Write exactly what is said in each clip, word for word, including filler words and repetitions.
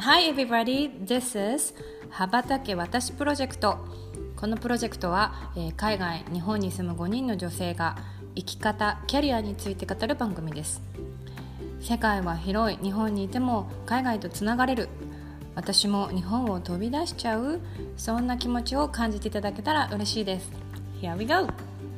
Hi everybody, this is 羽ばたけ私プロジェクト。このプロジェクトは、えー、海外、日本に住むごにんの女性が生き方、キャリアについて語る番組です。世界は広い、日本にいても海外とつながれる、私も日本を飛び出しちゃう、そんな気持ちを感じていただけたら嬉しいです。 Here we go!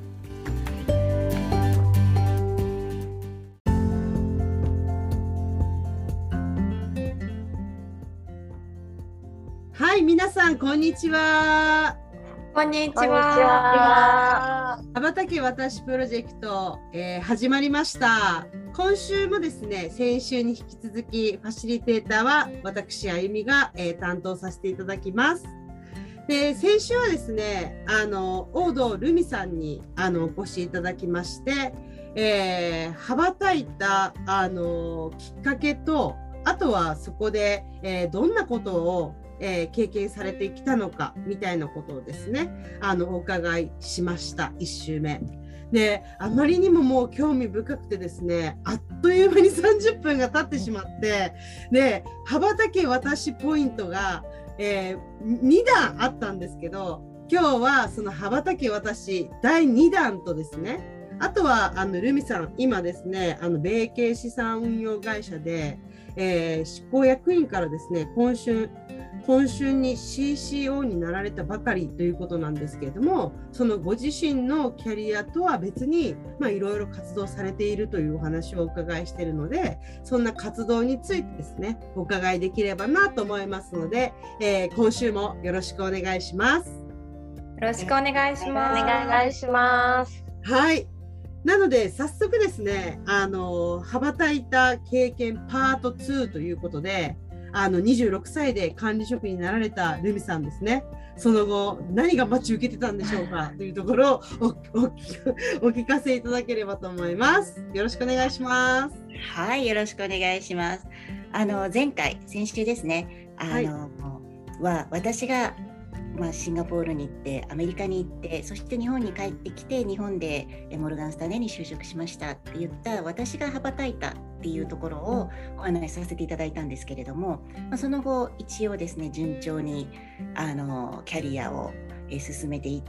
はい、皆さんこんにちは。 こんにちは。 羽ばたけ私プロジェクト、えー、始まりました。今週もですね、先週に引き続きファシリテーターは私あゆみが、えー、担当させていただきます。で、先週はですね、あの大堂ルミさんにあのお越しいただきまして、えー、羽ばたいたあのきっかけと、あとはそこで、えー、どんなことをえー、経験されてきたのかみたいなことをですね、あのお伺いしました。いっ週目で、あまりにももう興味深くてですね、あっという間にさんじゅっぷんが経ってしまって、で、羽ばたけ私ポイントが、えー、にだんあったんですけど、今日はその羽ばたけ私だいにだんとですね、あとはあのルミさん、今ですね、あの米系資産運用会社で、えー、執行役員からですね、今週今週に シーシーオー になられたばかりということなんですけれども、そのご自身のキャリアとは別にいろいろ活動されているというお話をお伺いしているので、そんな活動についてですね、お伺いできればなと思いますので、えー、今週もよろしくお願いします。よろしくお願いします。 お願いします。 はい。なので早速ですね、あの羽ばたいた経験パートツーということで、あのにじゅうろくさいで管理職になられたルミさんですね。その後何が待ち受けてたんでしょうかというところを お, お, お聞かせいただければと思います。よろしくお願いします。 はい、よろしくお願いします。あの前回先週ですね、あの、はい、は私がまあ、シンガポールに行ってアメリカに行って、そして日本に帰ってきて、日本でモルガンスタンレーに就職しましたって言った私が羽ばたいたっていうところをお話しさせていただいたんですけれども、まあ、その後一応ですね、順調にあのキャリアをえ進めていって、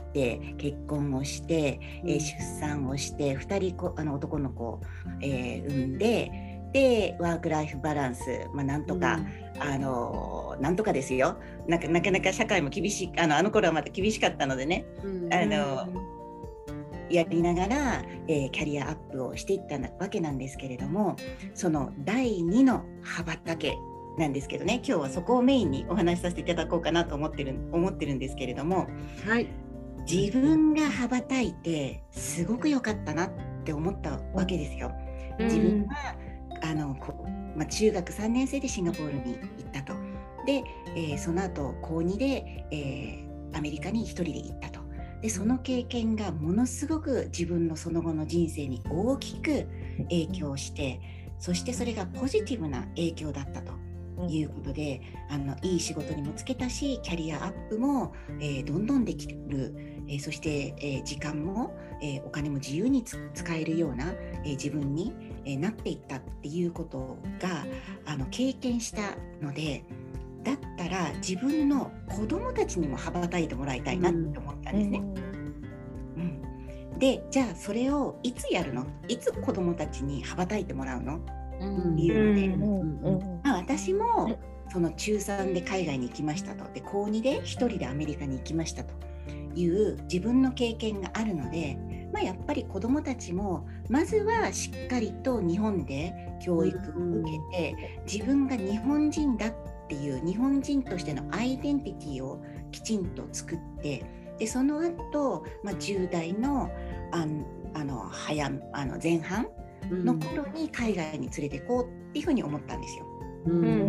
結婚をして、え出産をしてふたりこあの男の子を、えー、産んで、でワークライフバランス、まあ、なんとか、うん、あのなんとかですよ、なかなかなか社会も厳しい、あのあの頃はまだ厳しかったのでね、うん、あのやりながら、えー、キャリアアップをしていったわけなんですけれども、そのだいにの羽ばたけなんですけどね、今日はそこをメインにお話しさせていただこうかなと思ってる思ってるんですけれども、 はい、 自分が羽ばたいてすごく良かったなって思ったわけですよ。うん、自分はあのこまあ、中学さんねん生でシンガポールに行ったと。で、えー、その後こうにで、えー、アメリカに一人で行ったと。でその経験がものすごく自分のその後の人生に大きく影響して、そしてそれがポジティブな影響だったということで、うん、あのいい仕事にもつけたし、キャリアアップも、えー、どんどんできる、えー、そして、えー、時間も、えー、お金も自由に使えるような、えー、自分になっていったっていうことがあの経験したので、だったら自分の子供たちにも羽ばたいてもらいたいなって思ったんですね。うんうん、で、じゃあそれをいつやるの？いつ子供たちに羽ばたいてもらうの？っていうので、まあ、私もその中さんで海外に行きましたと。で、こうにで一人でアメリカに行きましたという自分の経験があるので、まあ、やっぱり子どもたちもまずはしっかりと日本で教育を受けて、自分が日本人だっていう日本人としてのアイデンティティをきちんと作って、でその後、まあ、じゅう代のああの早あの前半の頃に海外に連れて行こうっていうふうに思ったんですよ。うんうん、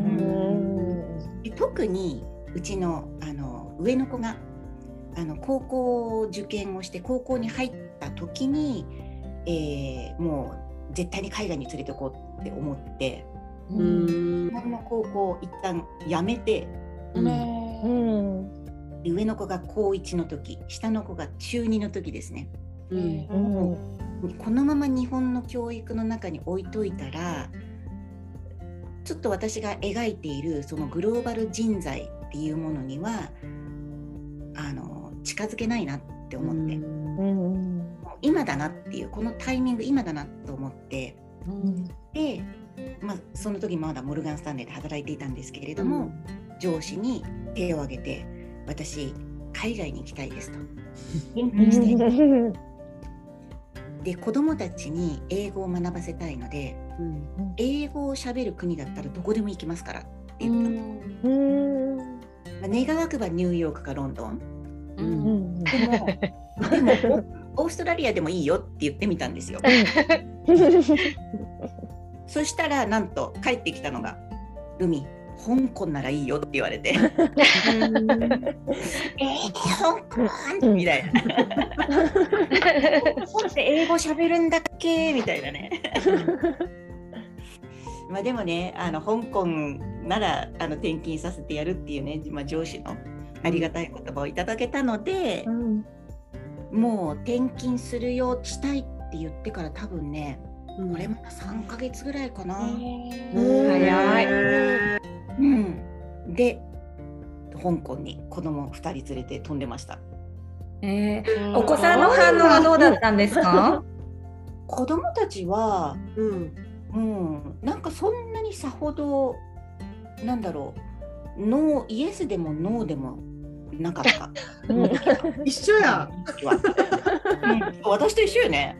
で特にうちの、あの上の子があの高校受験をして高校に入った時に、えー、もう絶対に海外に連れて行こうって思って、うーん、日本の高校を一旦辞めて、うん、で上の子が高いちの時、下の子が中にの時ですね、うんうん、このまま日本の教育の中に置いといたらちょっと私が描いているそのグローバル人材っていうものにはあの近づけないなって思って、うん、今だなっていうこのタイミング今だなと思って、うん、で、まあ、その時まだモルガンスタンレーで働いていたんですけれども、うん、上司に手を挙げて私海外に行きたいですと返金してで子どもたちに英語を学ばせたいので、うん、英語を喋る国だったらどこでも行きますからって言ったの、うんまあ、願わくばニューヨークかロンドン、うん、でもでもオーストラリアでもいいよって言ってみたんですよそしたらなんと帰ってきたのが海香港ならいいよって言われてえー、香港みたいな香港って英語喋るんだっけみたいなねまあでもねあの香港ならあの転勤させてやるっていうね、まあ、上司のありがたい言葉をいただけたので、うん、もう転勤するよしたいって言ってから多分ね、うん、これまたさんかげつぐらいかな、 早いうん、で香港に子供ふたり連れて飛んでました、 えー、お子さんの反応はどうだったんですか？ 子供たちは、うんうん、なんかそんなにさほどなんだろうノーイエスでもノーでもなかった一緒や、 うん、私と一緒よね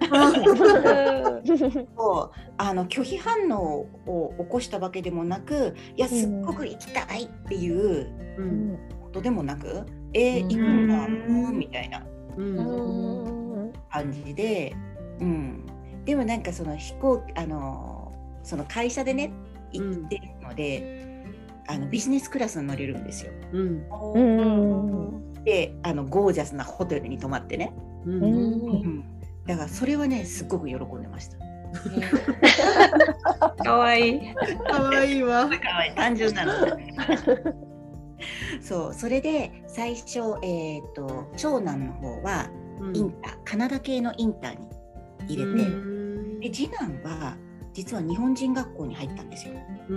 そうあの拒否反応を起こしたわけでもなくいやすっごく行きたいっていうことでもなく、うん、えー、行くんだ、うん、みたいな感じで、うん、でもなんかその飛行あのその会社でね行ってるので、うん、あのビジネスクラスに乗れるんですよ、うん、であのゴージャスなホテルに泊まってね、うんうん、だからそれはねすっごく喜んでましたかわいいかわいいわかわいい単純なのそうそれで最初、えー、と長男の方はインター、うん、カナダ系のインターに入れて、うん、で次男は実は日本人学校に入ったんですよ、うん、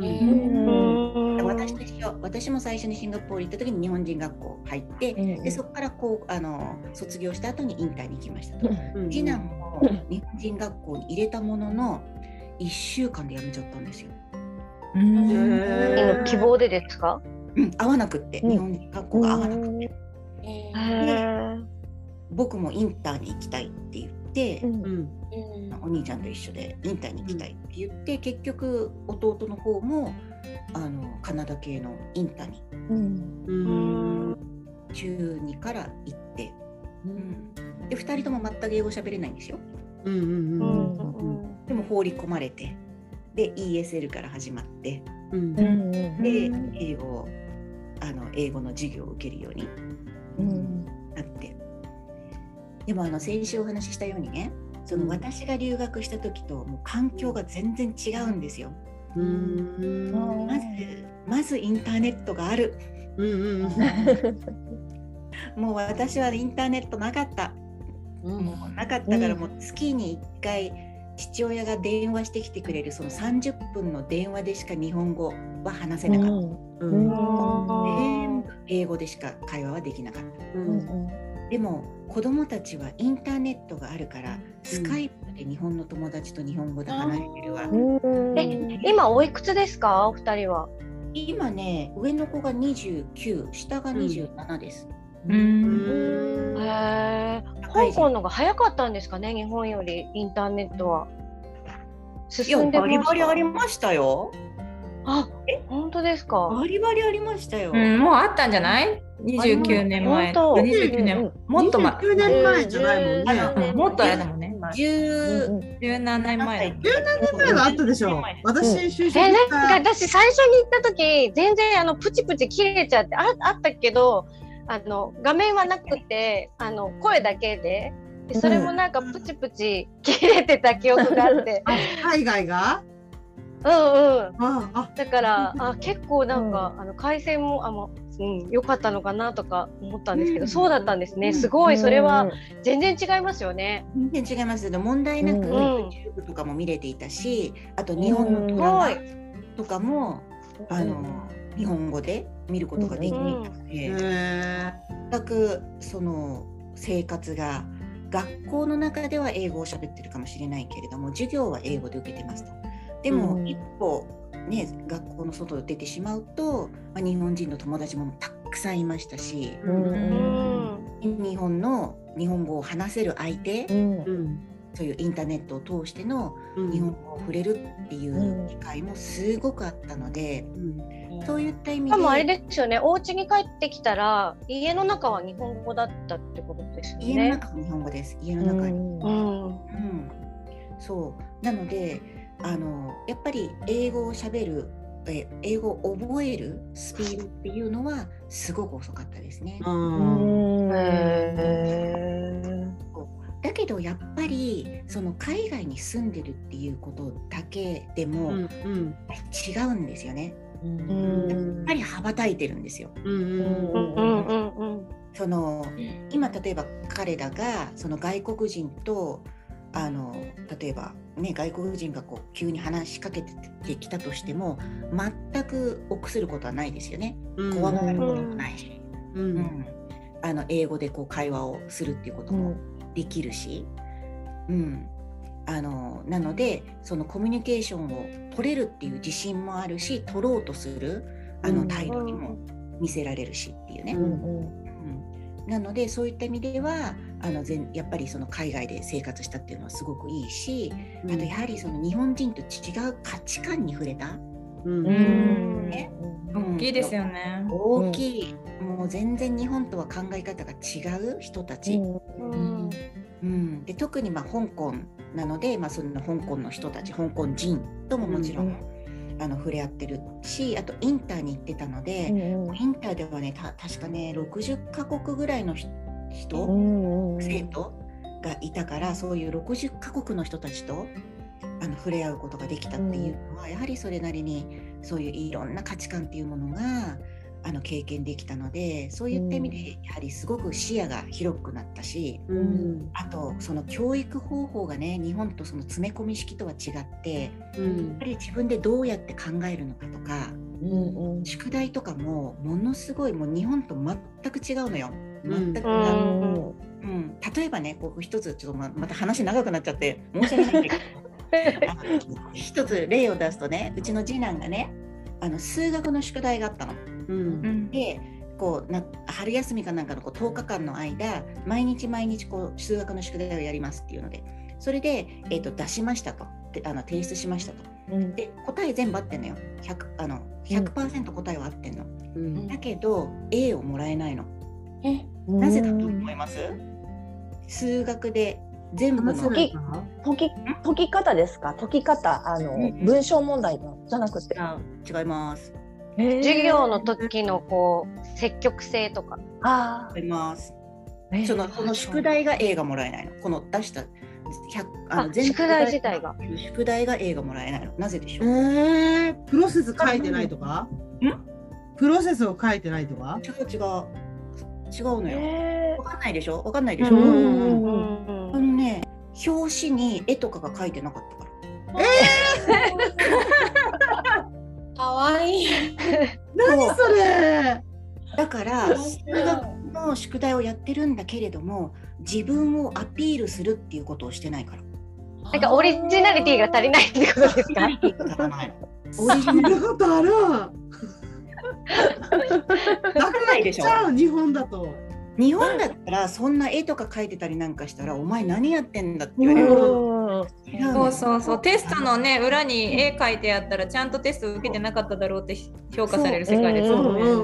私と一緒私も最初にシンガポール行った時に日本人学校入って、うん、でそこからこうあの卒業した後にインターに行きましたと、うん、次男も日本人学校に入れたもののいっしゅうかんで辞めちゃったんですよ。 うん、希望でですか？ うん、合わなくって、うん、日本人学校が合わなくって、で僕もインターに行きたいって言って、うん、お兄ちゃんと一緒でインターに行きたいって言って、うん、結局弟の方もあのカナダ系のインターに、うん、中にから行って、うん、でふたりとも全く英語喋れないんですよ、うんうんうんうん、でも放り込まれてで イーエスエル から始まって、うん、で英語あの英語の授業を受けるようになって、うん、でもあの先週お話ししたようにねその私が留学した時ともう環境が全然違うんですよ、うん、まずまずインターネットがある、うんうん、もう私はインターネットなかった、うん、もうなかったからもう月にいっかい父親が電話してきてくれるそのさんじゅっぷんの電話でしか日本語は話せなかった、うんうん、英語でしか会話はできなかった、うん、でも子どもたちはインターネットがあるからスカイプで日本の友達と日本語で話してるわ、 うん、え今おいくつですかお二人は？ 今ね上の子がにじゅうきゅう下がにじゅうななです、 うんうん、へ香港の方が早かったんですかね日本よりインターネットは進んでました？ いやバリバリありましたよ。 あえ本当ですか？ バリバリありましたよ、 うん、もうあったんじゃない？にじゅうきゅうねんまえにじゅうきゅうねんもっと前にじゅうきゅうねんまえじゃないもんね、うん、もっとあれだもんねじゅうななねんまえじゅうななねんまえはあったでしょ私就職した、 えなんか私最初に行った時全然あのプチプチ切れちゃって あ, あったけどあの画面はなくてあの声だけで、でそれもなんかプチプチ切れてた記憶があって海外がうんうんああだからあ結構なんか、うん、あの回線もあもう、うん、良かったのかなとか思ったんですけど、うん、そうだったんですね、うん、すごいそれは全然違いますよね。 全然違いますけど問題なく YouTube とかも見れていたし、あと日本のドラマ、 とかもあの日本語で見ることができるので、 うん、へ全くその生活が学校の中では英語を喋ってるかもしれないけれども授業は英語で受けてますと。でも、うん、一歩ね学校の外に出てしまうと、まあ、日本人の友達もたくさんいましたし、うん、日本の日本語を話せる相手、うん、そういうインターネットを通しての日本語を触れるっていう機会もすごくあったので、うん、そういった意味で。 でもあれですよね、お家に帰ってきたら家の中は日本語だったってことですよね。 家の中は日本語です。家の中に、うんうん、そうなのであのやっぱり英語をしゃべるえ英語を覚えるスピードっていうのはすごく遅かったですね。うんへだけどやっぱりその海外に住んでるっていうことだけでも、うんうん、違うんですよね。うん、やっぱり羽ばたいてるんですよ。その今例えば彼らがその外国人とあの例えば、ね、外国人がこう急に話しかけてきたとしても全く臆することはないですよね。怖がることもないし、うんうん、あの英語でこう会話をするっていうこともできるし、うん、あのなのでそのコミュニケーションを取れるっていう自信もあるし取ろうとするあの態度にも見せられるしっていうね、うんうんなのでそういった意味ではあの全やっぱりその海外で生活したっていうのはすごくいいし、うん、あとやはりその日本人と違う価値観に触れた、うんうんねうん、大きいですよね。 大きい、うん、もう全然日本とは考え方が違う人たち、うんうん、で特にまあ香港なので、まあ、その香港の人たち香港人とももちろん、うんあの触れ合ってるしあとインターに行ってたので、うんうん、インターではねた確かねろくじゅっかこくぐらいの人、うんうん、生徒がいたからそういうろくじゅっかこくの人たちとあの触れ合うことができたっていうのは、うん、やはりそれなりにそういういろんな価値観っていうものがあの経験できたのでそういった意味でやはりすごく視野が広くなったし、うん、あとその教育方法がね日本とその詰め込み式とは違って、うん、やっぱり自分でどうやって考えるのかとか、うんうん、宿題とかもものすごいもう日本と全く違うのよ全く違う、うんうん、例えばねこう一つちょっと ま, また話長くなっちゃって申し訳ないんだけど一つ例を出すとねうちの次男がねあの数学の宿題があったの。うん、でこうな春休みかなんかのこうとおかかんの間毎日毎日こう数学の宿題をやりますっていうのでそれで、えー、と出しましたとであの提出しましたと、うん、で答え全部合ってんのよ ひゃく, あの ひゃくパーセント 答えは合ってんの、うん、だけど A をもらえないの。えなぜだと思います？数学で全部の解き、解き、解き方ですか？解き方あの、うん、文章問題のじゃなくて違います。 授業の時のこう積極性とかああります。そのその宿題が A がもらえないの。この出したあの全宿題自体が宿題が A がもらえないの。なぜでしょう？ えー、プロセス書いてないとか？ん？プロセスを書いてないとか？ 違う違う違うのよ。えー、わかんないでしょ？わかんないでしょ？うんうんうん、あのね表紙に絵とかが書いてなかったから。えーかわいい。 何それ。 だから数学の宿題をやってるんだけれども自分をアピールするっていうことをしてないから。 なんかオリジナリティが足りないってことですか？ オリジナルことある。なくないでしょ。日本だと。 日本だったらそんな絵とか描いてたりなんかしたらお前何やってんだって言われる。 そうそうそうテストのね裏に絵描いてあったらちゃんとテスト受けてなかっただろうって評価される世界ですよね。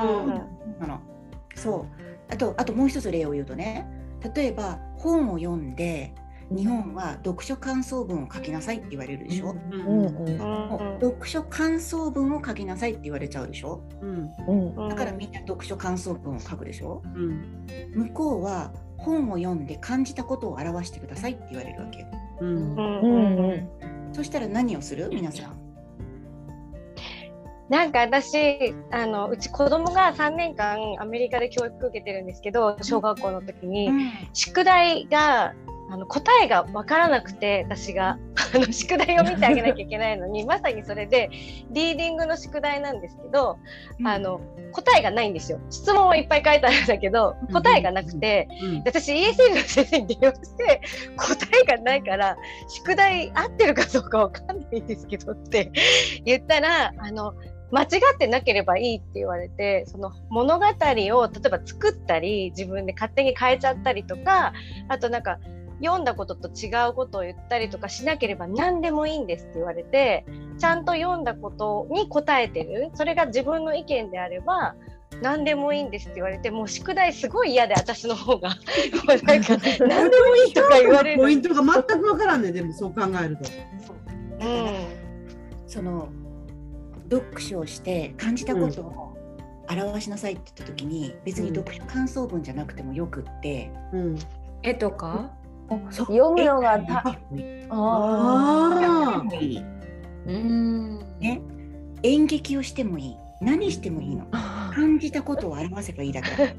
そうあとあともう一つ例を言うとね例えば本を読んで日本は読書感想文を書きなさいって言われるでしょ、うんうん、読書感想文を書きなさいって言われちゃうでしょ、うん、だからみんな読書感想文を書くでしょ、うん、向こうは本を読んで感じたことを表してくださいって言われるわけよ、うんうんうん、そしたら何をする皆さん。 なんか私あのうち子供がさんねんかんアメリカで教育受けてるんですけど小学校の時に、うん、宿題があの答えが分からなくて、私があの宿題を見てあげなきゃいけないのにまさにそれでリーディングの宿題なんですけど、うん、あの答えがないんですよ。質問はいっぱい書いてあるんだけど答えがなくて、うんうん、私 イーエスエル の先生に電話して答えがないから宿題合ってるかどうか分かんないんですけどって言ったら、あの間違ってなければいいって言われて、その物語を例えば作ったり自分で勝手に変えちゃったりとか、あとなんか読んだことと違うことを言ったりとかしなければ何でもいいんですって言われて、ちゃんと読んだことに答えてる、それが自分の意見であれば何でもいいんですって言われて、もう宿題すごい嫌で、私の方がもうなんか何でもいいとか言われるポイントが全くわからんね。でもそう考えると、 うん、その読書をして感じたことを表しなさいって言った時に、別に読書感想文じゃなくてもよくって、 うん、絵とか読むのがたああいい、うんね、演劇をしてもいい、何してもいいの、感じたことを表せばいいだけ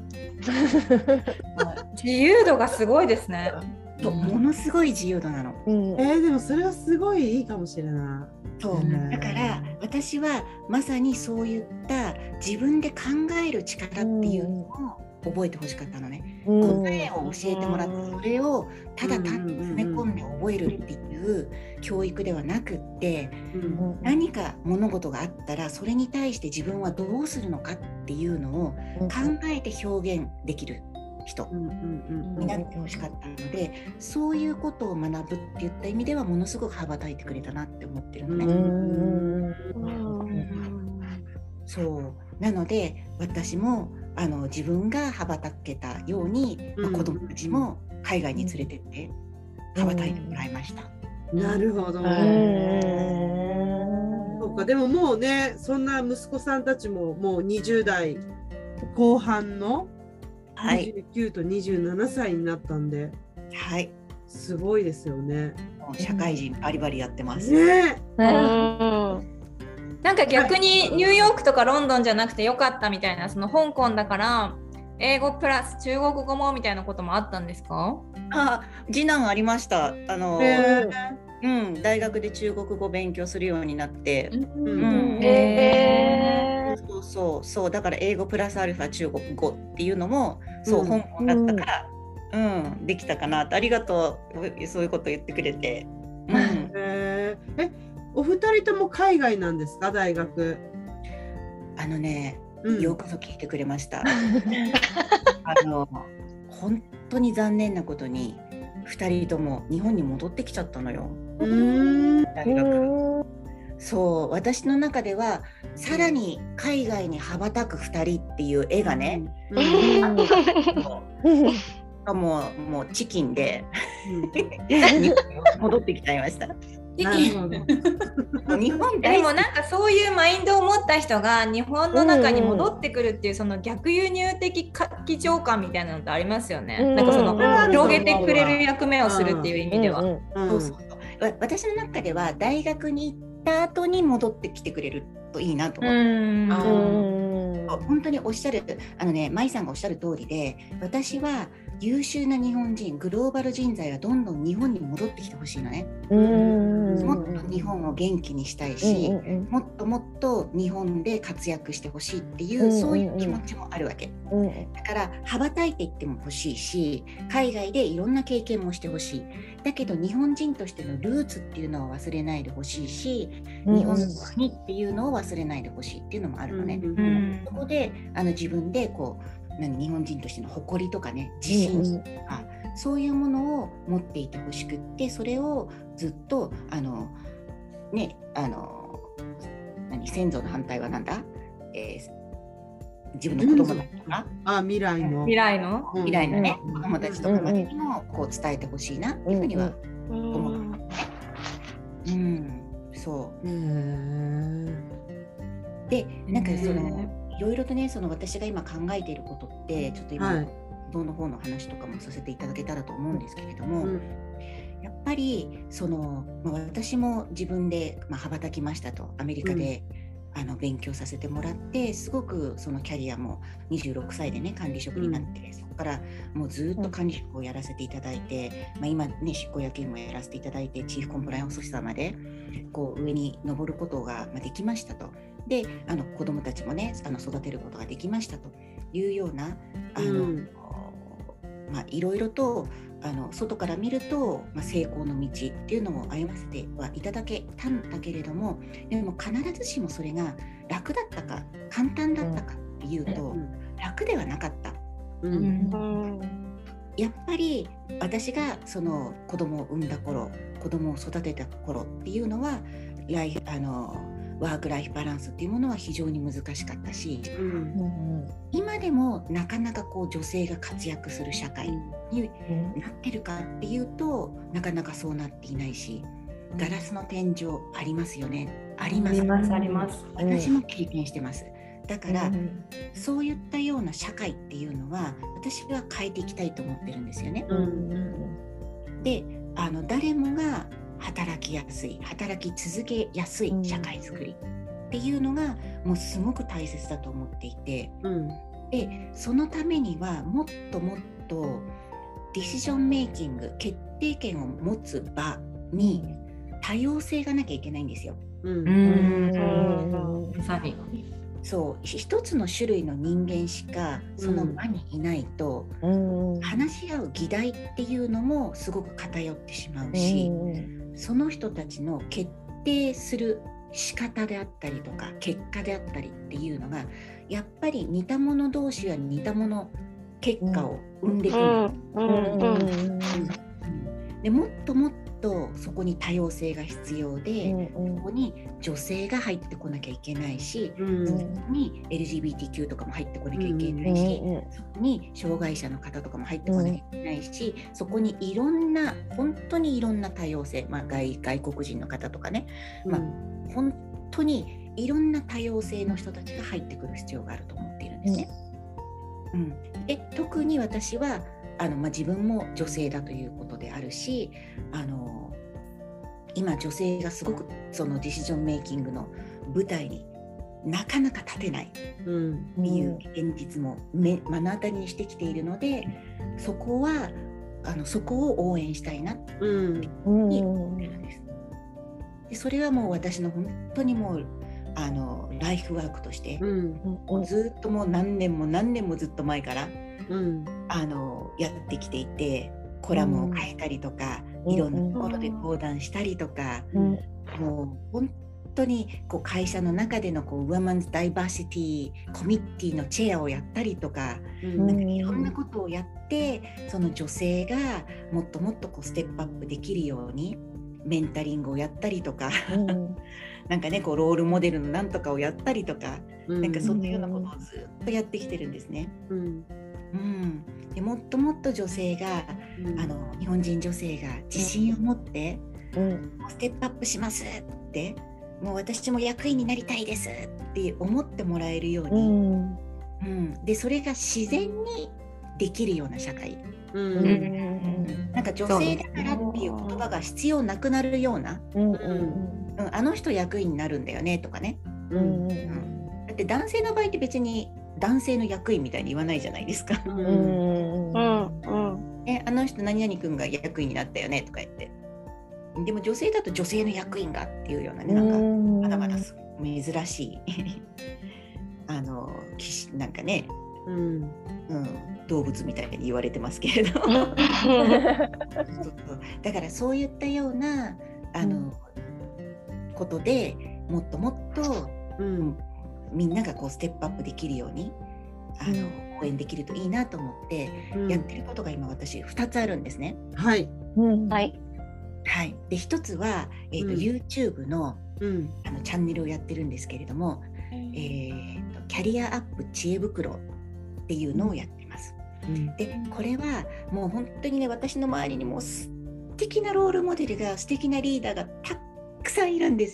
自由度がすごいですね。 ものすごい自由度なの、 うん、えー、でもそれはすごいいいかもしれない。 そうだから私はまさにそういった自分で考える力っていうのを覚えてほしかったのね、うん、答えを教えてもらって、それをただ単に詰め込んで覚えるっていう教育ではなくって、うん、何か物事があったらそれに対して自分はどうするのかっていうのを考えて表現できる人になってほしかったので、そういうことを学ぶって言った意味ではものすごく羽ばたいてくれたなって思ってるのね。うんそうなので私もあの自分が羽ばたけたように、まあ、子どもたちも海外に連れてって羽ばたいてもらいました。 なるほど。そうか、でももうね、そんな息子さんたちももうにじゅう代後半のはい、 にじゅうきゅうとにじゅうななさいになったんで、 はい、 すごいですよね。 社会人バリバリやってます。 ね、 うん、なんか逆にニューヨークとかロンドンじゃなくてよかったみたいな、その香港だから英語プラス中国語もみたいなこともあったんですか？ あ、次男ありました。あの、うん、大学で中国語勉強するようになって、うんうん、へー、そうそうそう、だから英語プラスアルファ中国語っていうのもそう、うん、香港だったから、うんうん、できたかなと。ありがとう、そういうこと言ってくれて、うん、 へー、え、お二人とも海外なんですか、大学？ あのね、うん、よくぞ聞いてくれました。あの本当に残念なことにふたりとも日本に戻ってきちゃったのよ。うーん、大学。そう、私の中ではさらに海外に羽ばたくふたりっていう絵がね、うん、もう、もうチキンで、うん、戻ってきちゃいました。 日本でもなんかそういうマインドを持った人が日本の中に戻ってくるっていう、その逆輸入的緊張感みたいなのってありますよね、うん、なんかその広げてくれる役目をするっていう意味では、 私の中では大学に行った後に戻ってきてくれるといいなと思って、うん、本当におっしゃる、あのね、舞さんがおっしゃる通りで、私は優秀な日本人、グローバル人材はどんどん日本に戻ってきてほしいのね。うんもっと日本を元気にしたいし、うんうん、もっともっと日本で活躍してほしいっていう、うんうんうん、そういう気持ちもあるわけ、うん、だから羽ばたいていっても欲しいし、海外でいろんな経験もしてほしい。だけど日本人としてのルーツっていうのを忘れないでほしいし、うんうん、日本の国っていうのを忘れないでほしいっていうのもあるのね、うんうん、そこであの自分でこう何日本人としての誇りとかね、自信とか、うんうん、そういうものを持っていてほしくって、それをずっとあのね、あの何先祖の反対はなんだ、えー、自分の子供たちとか、 あ、未来の未来の未来のね、うん、子供たちとかまでにもこう伝えてほしいなっていうふうには思うね。うん、うん、そう。で、なんかそのいろいろとね、その私が今考えていることってちょっと今、はい、どの方の話とかもさせていただけたらと思うんですけれども、うん、やっぱりその、まあ、私も自分で、まあ、羽ばたきましたと、アメリカで、 あの勉強させてもらって、すごくそのキャリアもにじゅうろくさいでね管理職になって、うん、そこからもうずっと管理職をやらせていただいて、うん、まあ、今ね執行役員もやらせていただいてチーフコンプライアンスオフィサーまでこう上に上ることができましたと。であの子どもたちもねあの育てることができましたというようなあの、うん、まあ、いろいろとあの外から見ると、まあ、成功の道っていうのを歩ませてはいただけたんだけれども、でも必ずしもそれが楽だったか簡単だったかっていうと、うん、楽ではなかった、うんうん、やっぱり私がその子供を産んだ頃、子供を育てた頃っていうのはライあのワークライフバランスっていうものは非常に難しかったし、うん、今でもなかなかこう女性が活躍する社会になってるかっていうと、なかなかそうなっていないし、ガラスの天井ありますよね。あります。あります、あります。私も経験してます。だから、うん、そういったような社会っていうのは私は変えていきたいと思ってるんですよね。うん、で、あの誰もが働きやすい、働き続けやすい社会づくりっていうのがもうすごく大切だと思っていて、うん、でそのためにはもっともっとディシジョンメイキング、決定権を持つ場に多様性がなきゃいけないんですよ。うんうん、まさにそう、一つの種類の人間しかその場にいないと、うん、話し合う議題っていうのもすごく偏ってしまうし、うん、その人たちの決定する仕方であったりとか結果であったりっていうのがやっぱり似た者同士は似た者結果を生んでくる。でもっともっとそこに多様性が必要で、うんうん、そこに女性が入ってこなきゃいけないし、うんうん、そこに エルジービーティーキュー とかも入ってこなきゃいけないし、うんうん、そこに障害者の方とかも入ってこなきゃいけないし、うん、そこにいろんな本当にいろんな多様性、まあ、外, 外国人の方とかね、うん、まあ、本当にいろんな多様性の人たちが入ってくる必要があると思っているんですね。うんうん、で特に私はあのまあ、自分も女性だということであるし、あの今女性がすごくそのディシジョンメイキングの舞台になかなか立てないっていう現実も目の当たりにしてきているので、そこはあのそこを応援したいなって思ってるんです。でそれはもう私の本当にもうあのライフワークとして、うん、ずっともう何年も何年もずっと前からうん、あのやってきていて、コラムを書いたりとか、うん、いろんなところで登壇したりとか、うん、もう本当にこう会社の中でのこうウーマンズダイバーシティコミッティのチェアをやったりとか、うん、なんかいろんなことをやって、その女性がもっともっとこうステップアップできるようにメンタリングをやったりとか、うん、なんかねこうロールモデルのなんとかをやったりとか、うん、なんかそんなようなことをずっとやってきてるんですね。うんうん、でもっともっと女性が、うん、あの日本人女性が自信を持って、うん、ステップアップしますって、もう私も役員になりたいですって思ってもらえるように、うんうん、でそれが自然にできるような社会、うんうん、なんか女性だからっていう言葉が必要なくなるような、うんうんうん、あの人役員になるんだよねとかね、うんうん、だって男性の場合って別に男性の役員みたいに言わないじゃないですか。うんうんうんえあの人何々君が役員になったよねとか言って、でも女性だと女性の役員がっていうようなね、なんかまだまだ珍しいあのなんかね、うんうん、動物みたいに言われてますけれどだからそういったようなあの、うん、ことでもっともっと、うんみんながこうステップアップできるようにあの、うん、応援できるといいなと思ってやってることが今私ふたつあるんですね。 はい、 うんはいはい、でひとつは、えーとうん、YouTube の、うん、あのチャンネルをやってるんですけれども、うんえーと、キャリアアップ知恵袋っていうのをやってます。うん、でこれはもう本当にね私の周りにも素敵なロールモデルが素敵なリーダーがたくさんいるんですよ。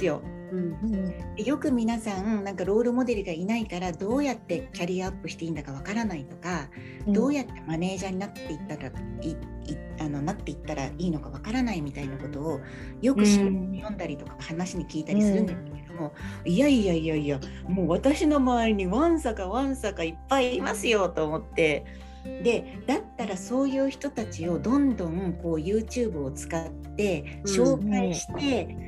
うんでよく皆さんなんかロールモデルがいないからどうやってキャリアアップしていいんだかわからないとか、 うんどうやってマネージャーになっていったらいいあのなっていったらいいのかわからないみたいなことをよくしうん読んだりとか話に聞いたりするんですけれども、いやいやいやいやもう私の周りにわんさかわんさかいっぱいいますよと思って、でだったらそういう人たちをどんどんこう YouTube を使って紹介して、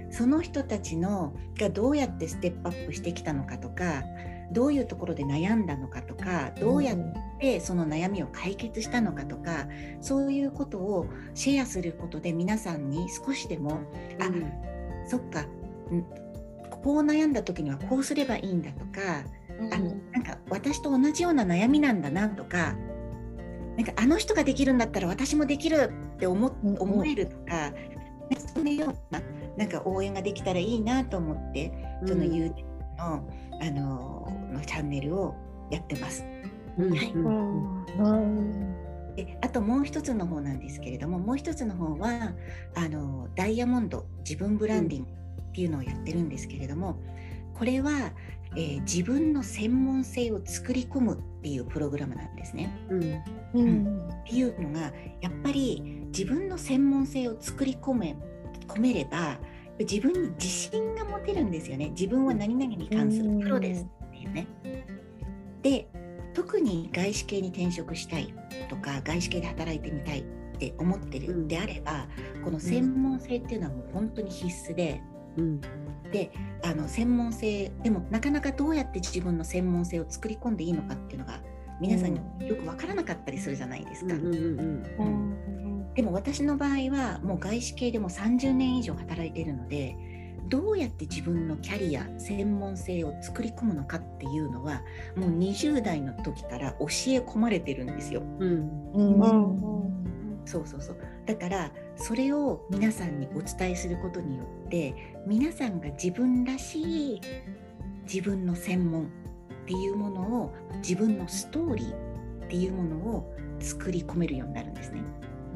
その人たちのがどうやってステップアップしてきたのかとか、どういうところで悩んだのかとか、どうやってその悩みを解決したのかとか、そういうことをシェアすることで皆さんに少しでも、あ、そっか、んこう悩んだ時にはこうすればいいんだとか、あ、なんか私と同じような悩みなんだなとか、なんかあの人ができるんだったら私もできるって思、思えるとか、そのようななんか応援ができたらいいなと思って、その YouTube の、あののチャンネルをやってます。 うんはいうんであともう一つの方なんですけれども、もう一つの方はあのダイヤモンド自分ブランディングっていうのをやってるんですけれども、これは、えー自分の専門性を作り込むっていうプログラムなんですね。 うんうんっていうのがやっぱり自分の専門性を作り込め、込めれば自分に自信が持てるんですよね。自分は何々に関するプロですっていうね。で特に外資系に転職したいとか外資系で働いてみたいって思ってるんであれば、この専門性っていうのはもう本当に必須で、 うんであの専門性でもなかなかどうやって自分の専門性を作り込んでいいのかっていうのが皆さんによく分からなかったりするじゃないですか。 うんうんうんでも私の場合はもう外資系でもさんじゅうねん以上働いているので、どうやって自分のキャリア専門性を作り込むのかっていうのはもうにじゅう代の時から教え込まれてるんですよ。 うんうんそうそうそう。だからそれを皆さんにお伝えすることによって皆さんが自分らしい自分の専門っていうものを、自分のストーリーっていうものを作り込めるようになるんですね。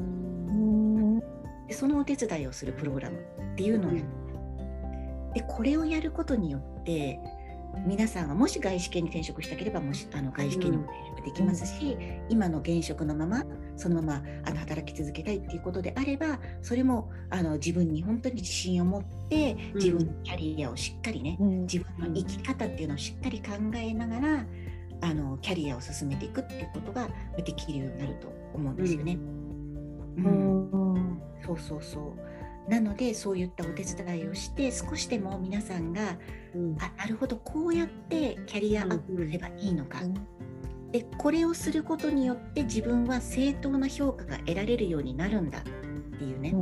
でそのお手伝いをするプログラムっていうのをやる。でこれをやることによって皆さんがもし外資系に転職したければもしあの外資系にも転職できますし、うん、今の現職のままそのままあの働き続けたいっていうことであれば、それもあの自分に本当に自信を持って自分のキャリアをしっかりね、うん、自分の生き方っていうのをしっかり考えながらあのキャリアを進めていくっていうことができるようになると思うんですよね。うんうん、そうそうそう。なのでそういったお手伝いをして少しでも皆さんが、うん、あ、なるほどこうやってキャリアアップすればいいのか、うん、でこれをすることによって自分は正当な評価が得られるようになるんだっていうね、うん、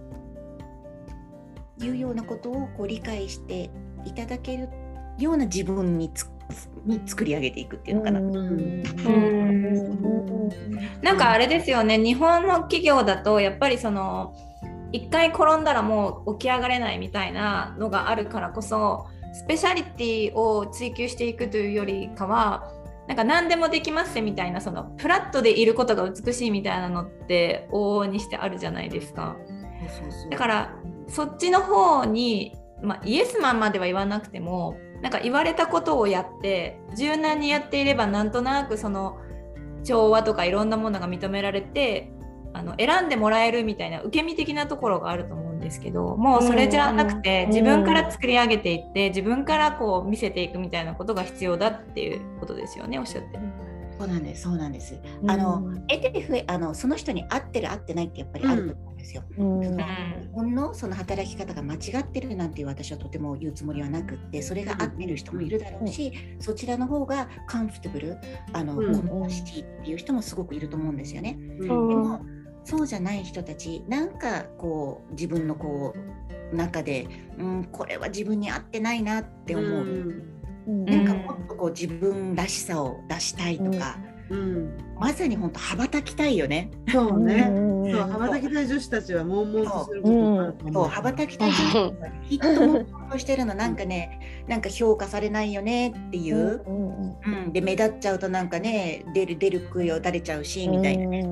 いうようなことをこう理解していただけるような自分につに作り上げていくっていうのかな。うんうんなんかあれですよね、日本の企業だとやっぱりその一回転んだらもう起き上がれないみたいなのがあるからこそ、スペシャリティを追求していくというよりかはなんか何でもできますみたいな、そのフラットでいることが美しいみたいなのって往々にしてあるじゃないですか。 そうそうそう。 だからそっちの方に、まあ、イエスマンまでは言わなくてもなんか言われたことをやって柔軟にやっていればなんとなくその調和とかいろんなものが認められてあの選んでもらえるみたいな受け身的なところがあると思うんですけど、もうそれじゃなくて自分から作り上げていって自分からこう見せていくみたいなことが必要だっていうことですよね、おっしゃってる。 そうなんです、そうなんです。あの、得て増え、あのその人に合ってる合ってないってやっぱりあると思うんですよ。うんうん、日本のその働き方が間違ってるなんていう私はとても言うつもりはなくって、それが合ってる人もいるだろうし、うん、そちらの方がカンフォテブル、あの、うん、好ましいっていう人もすごくいると思うんですよね。うん、でもそうじゃない人たち、なんかこう自分のこう中で、うん、これは自分に合ってないなって思う。うん、なんかもっとこう自分らしさを出したいとか、うんうん、まさに本当羽ばたきたいよね。 そうね、うん、そう羽ばたきたい女子たちは悶々とすることがあると思う。 そう羽ばたきたい女子たちはきっと悶々としてるの、なんかね、なんか評価されないよねっていう、うんうん、で目立っちゃうとなんかね出る出る杭を打たれちゃうしみたいなね、うん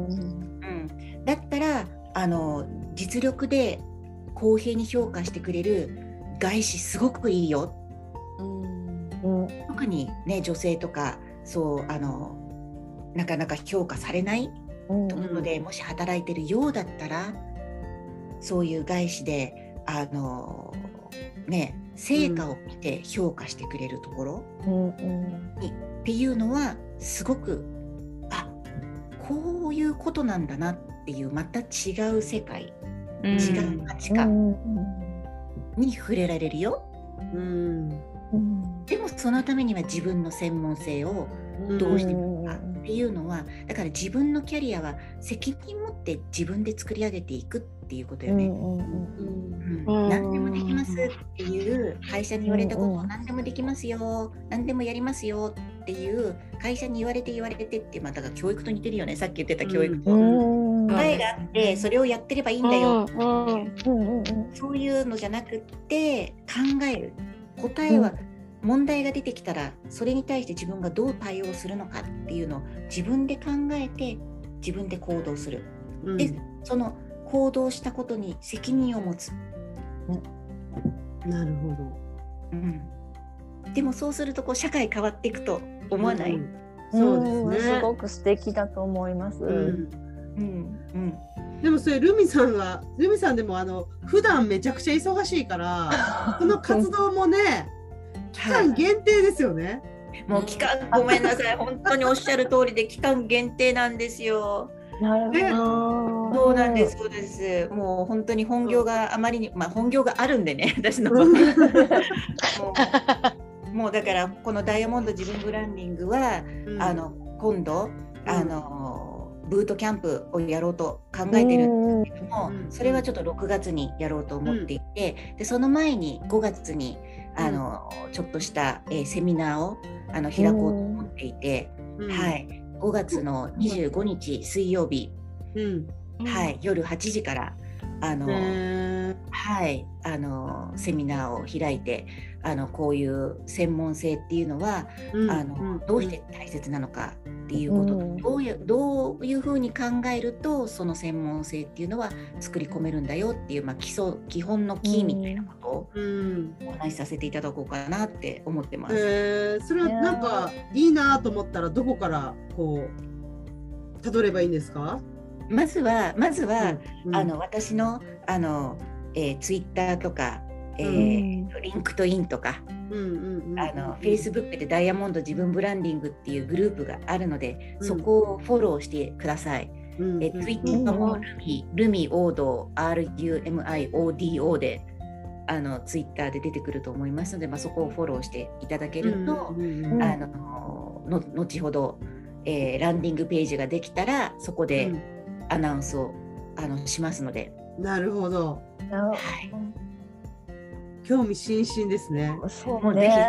、だったらあの実力で公平に評価してくれる外資すごくいいよ、 うん、 特にね女性とかそうあのなかなか評価されないところで、うん、もし働いてるようだったらそういう外資であのね成果を見て評価してくれるところに、うん、っていうのはすごくあこういうことなんだなっていうまた違う世界、うん、違う価値観に触れられるよ、うんうん、でもそのためには自分の専門性をどうしていくかっていうのはだから自分のキャリアは責任持って自分で作り上げていくっていうことよね、うんうんうん、何でもできますっていう会社に言われたことを何でもできますよ何でもやりますよっていう会社に言われて言われてってまたが教育と似てるよねさっき言ってた教育と答えがあってそれをやってればいいんだよそういうのじゃなくって考える答えは問題が出てきたらそれに対して自分がどう対応するのかっていうのを自分で考えて自分で行動する、うん、でその行動したことに責任を持つ、 うん、なるほど、 うん、でもそうするとこう社会変わっていくと思わない、うん、 そうですねすごく素敵だと思います、うんうんうん、でもそれルミさんはルミさんでもあの普段めちゃくちゃ忙しいからこの活動もね期間限定ですよね、 はい、もう期間ごめんなさい本当におっしゃる通りで期間限定なんですよなるほどそうなんですそうですもう本当に本業があまりにまあ本業があるんでね私のもうもうだからこのダイヤモンド自分ブランディングは、うん、あの今度あの、うん、ブートキャンプをやろうと考えてるんですけども、うん、それはちょっとろくがつにやろうと思っていて、うん、でその前にごがつにあの、うん、ちょっとした、えー、セミナーをあの開こうと思っていて、うん、はいごがつのにじゅうごにち水曜日、うんはい、夜はちじからあの、はい、あのセミナーを開いてあのこういう専門性っていうのは、うん、あのうん、どうして大切なのかっていうこと、うん、どういう、どういうふうに考えるとその専門性っていうのは作り込めるんだよっていう、まあ、基礎基本のキーみたいなことをお話しさせていただこうかなって思ってます、 えー、それはなんかいいなと思ったらどこからこうたどればいいんですか？ まずはまずは、うん、あの私のあの、えー、ツイッターとか、えーうん、リンクトインとか、うんうんうん、あのフェイスブックでダイヤモンド自分ブランディングっていうグループがあるので、うん、そこをフォローしてください、うんえー、ツイッターもルミ、ルミオード アールユーエムアイオーディーオー であのツイッターで出てくると思いますので、まあ、そこをフォローしていただけると、うんうん、あのの後ほど、えー、ランディングページができたらそこで、うんアナウンスをあのしますので。 なるほど、はい、興味津々ですね。 そうね。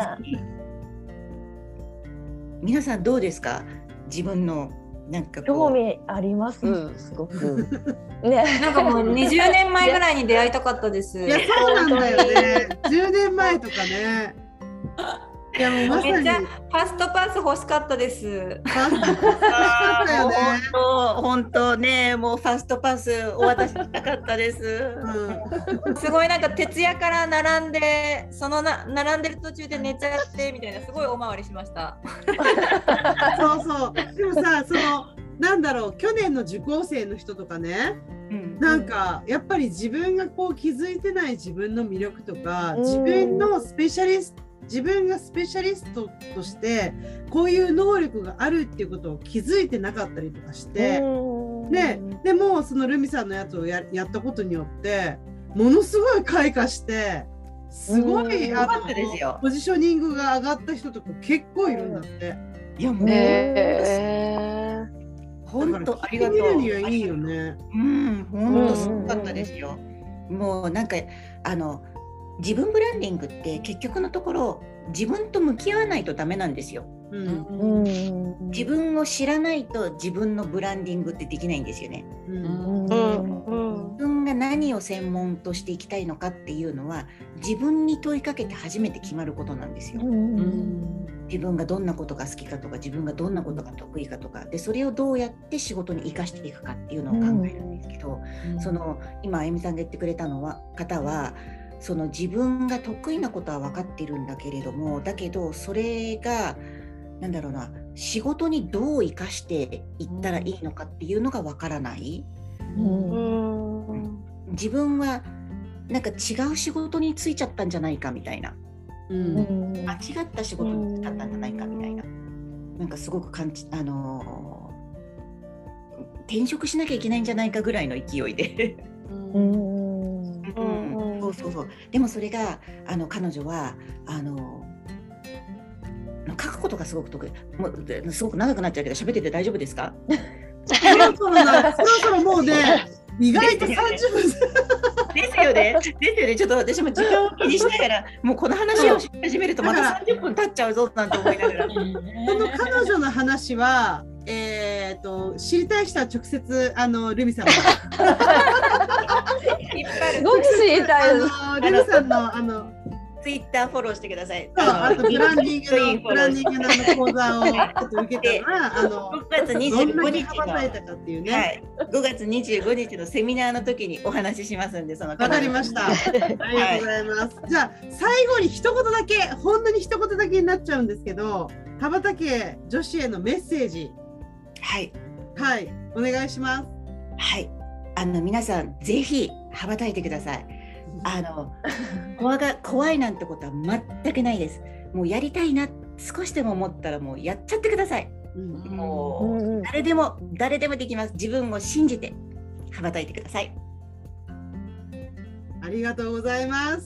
皆さんどうですか？自分のなんか興味あります、うん、すごくね、なんかもうにじゅうねんまえぐらいに出会いたかったです。 いやそうなんだよねじゅうねんまえとかねいやもうまさにめっちゃファストパス欲しかったです。ファストパス欲しかったよね。 本当ね、もうファストパスお渡ししたかったです、 うん、すごいなんか徹夜から並んでそのな並んでる途中で寝ちゃってみたいなすごいお回りしましたそうそうでもさそのなんだろう去年の受講生の人とかね、うん、なんかやっぱり自分がこう気づいてない自分の魅力とか、うん、自分のスペシャリスト自分がスペシャリストとしてこういう能力があるっていうことを気づいてなかったりとかしてで, でもそのルミさんのやつを や, やったことによってものすごい開花してすごいあのポジショニングが上がった人とか結構いるんだって。 いやもう、えー、本当ありがとう。見るにはいいよね。うん本当すごかったですよ。もうなんかあの自分ブランディングって結局のところ自分と向き合わないとダメなんですよ、うんうん、自分を知らないと自分のブランディングってできないんですよね、うんうん、自分が何を専門としていきたいのかっていうのは自分に問いかけて初めて決まることなんですよ、うん、自分がどんなことが好きかとか自分がどんなことが得意かとかでそれをどうやって仕事に生かしていくかっていうのを考えるんですけど、うん、その今あゆみさんが言ってくれたのは方はその自分が得意なことは分かっているんだけれども、だけどそれがなんだろうな、仕事にどう生かしていったらいいのかっていうのが分からない、 うんうん、自分はなんか違う仕事に就いちゃったんじゃないかみたいな、 ううんん間違った仕事に就いちゃったんじゃないかみたいな、なんかすごく感じ、あのー転職しなきゃいけないんじゃないかぐらいの勢いでうんうん、そうそうそう。でもそれがあの彼女はあの書くことがすごく得意。もうすごく長くなっちゃうけど喋ってて大丈夫ですか？ そろそろな、そろそろもうね、意外とさんじゅっぷんですよね。ですよね。ちょっと私も時間を気にしながら、もうこの話をし始めるとまたさんじゅっぷん経っちゃうぞなんて思いながら。 その彼女の話は、えー、と知りたい人は直接あのルミさんすごく知りたいです。 あのルミさんのあのツイッターフォローしてください。 あとブランディングのフォローしてブランディングのあの講座をちょっと受けたら、あのごがつにじゅうごにちの、 どんだけ羽ばたいたかっていうね。 はい、ごがつにじゅうごにちのセミナーの時にお話ししますんで、そのわかりました。ありがとうございます。じゃあ最後に一言だけ、ほんのに一言だけになっちゃうんですけど、羽ばたけ女子へのメッセージ、 はいはい、お願いします。 はい、あの皆さんぜひ羽ばたいてください。あの怖が怖いなんてことは全くないです。もうやりたいな少しでも思ったらもうやっちゃってください。 うん、 もう誰でも誰でもできます。自分を信じて羽ばたいてください。 ありがとうございます。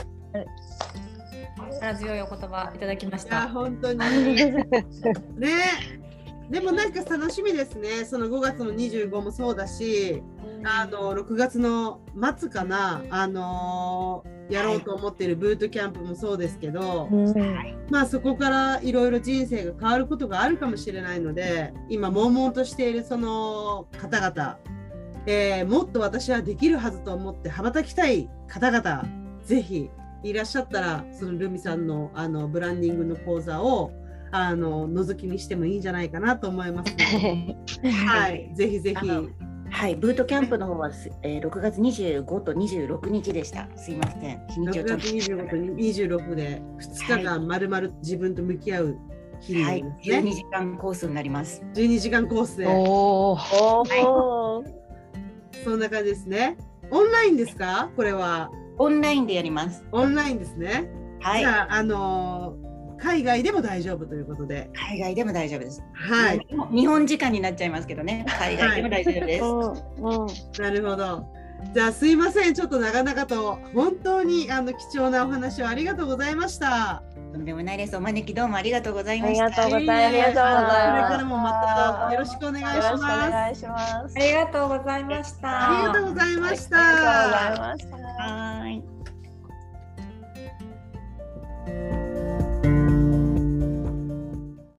力強いお言葉いただきましいやた。 本当にね。でもなんか楽しみですね。そのごがつのにじゅうごもそうだし、あのろくがつの末かな、あのー、やろうと思っているブートキャンプもそうですけど、 はい、 まあそこからいろいろ人生が変わることがあるかもしれないので、今悶々としているその方々、えー、もっと私はできるはずと思って羽ばたきたい方々、ぜひいらっしゃったらそのルミさんのあのブランディングの講座をあの覗きにしてもいいんじゃないかなと思いますので、はい、ぜひぜひ。 はい、ブートキャンプの方は、えー、ろくがつにじゅうごとにじゅうろくにちでした。すいません。日にちをちょっとろくがつにじゅうごとにじゅうろくでふつかかんまるまる自分と向き合う日になりますね。 はい、じゅうにじかんコースになります。 じゅうにじかんコースで。 おはい、そんな感じですね。オンラインですか？これは。 オンラインでやります。 オンラインですね。 はい。 じゃあ、あのー海外でも大丈夫ということで。 海外でも大丈夫です。 はい。 日本時間になっちゃいますけどね。海外でも大丈夫です。 はい、なるほど。じゃあすいません。ちょっと長々と本当にあの貴重なお話をありがとうございました。 とんでもないです。お招きどうもありがとうございました。 ありがとうございます。これからもまたよろしくお願いします。 よろしくお願いします。 ありがとうございました。 ありがとうございました。 ありがとうございました。 はい。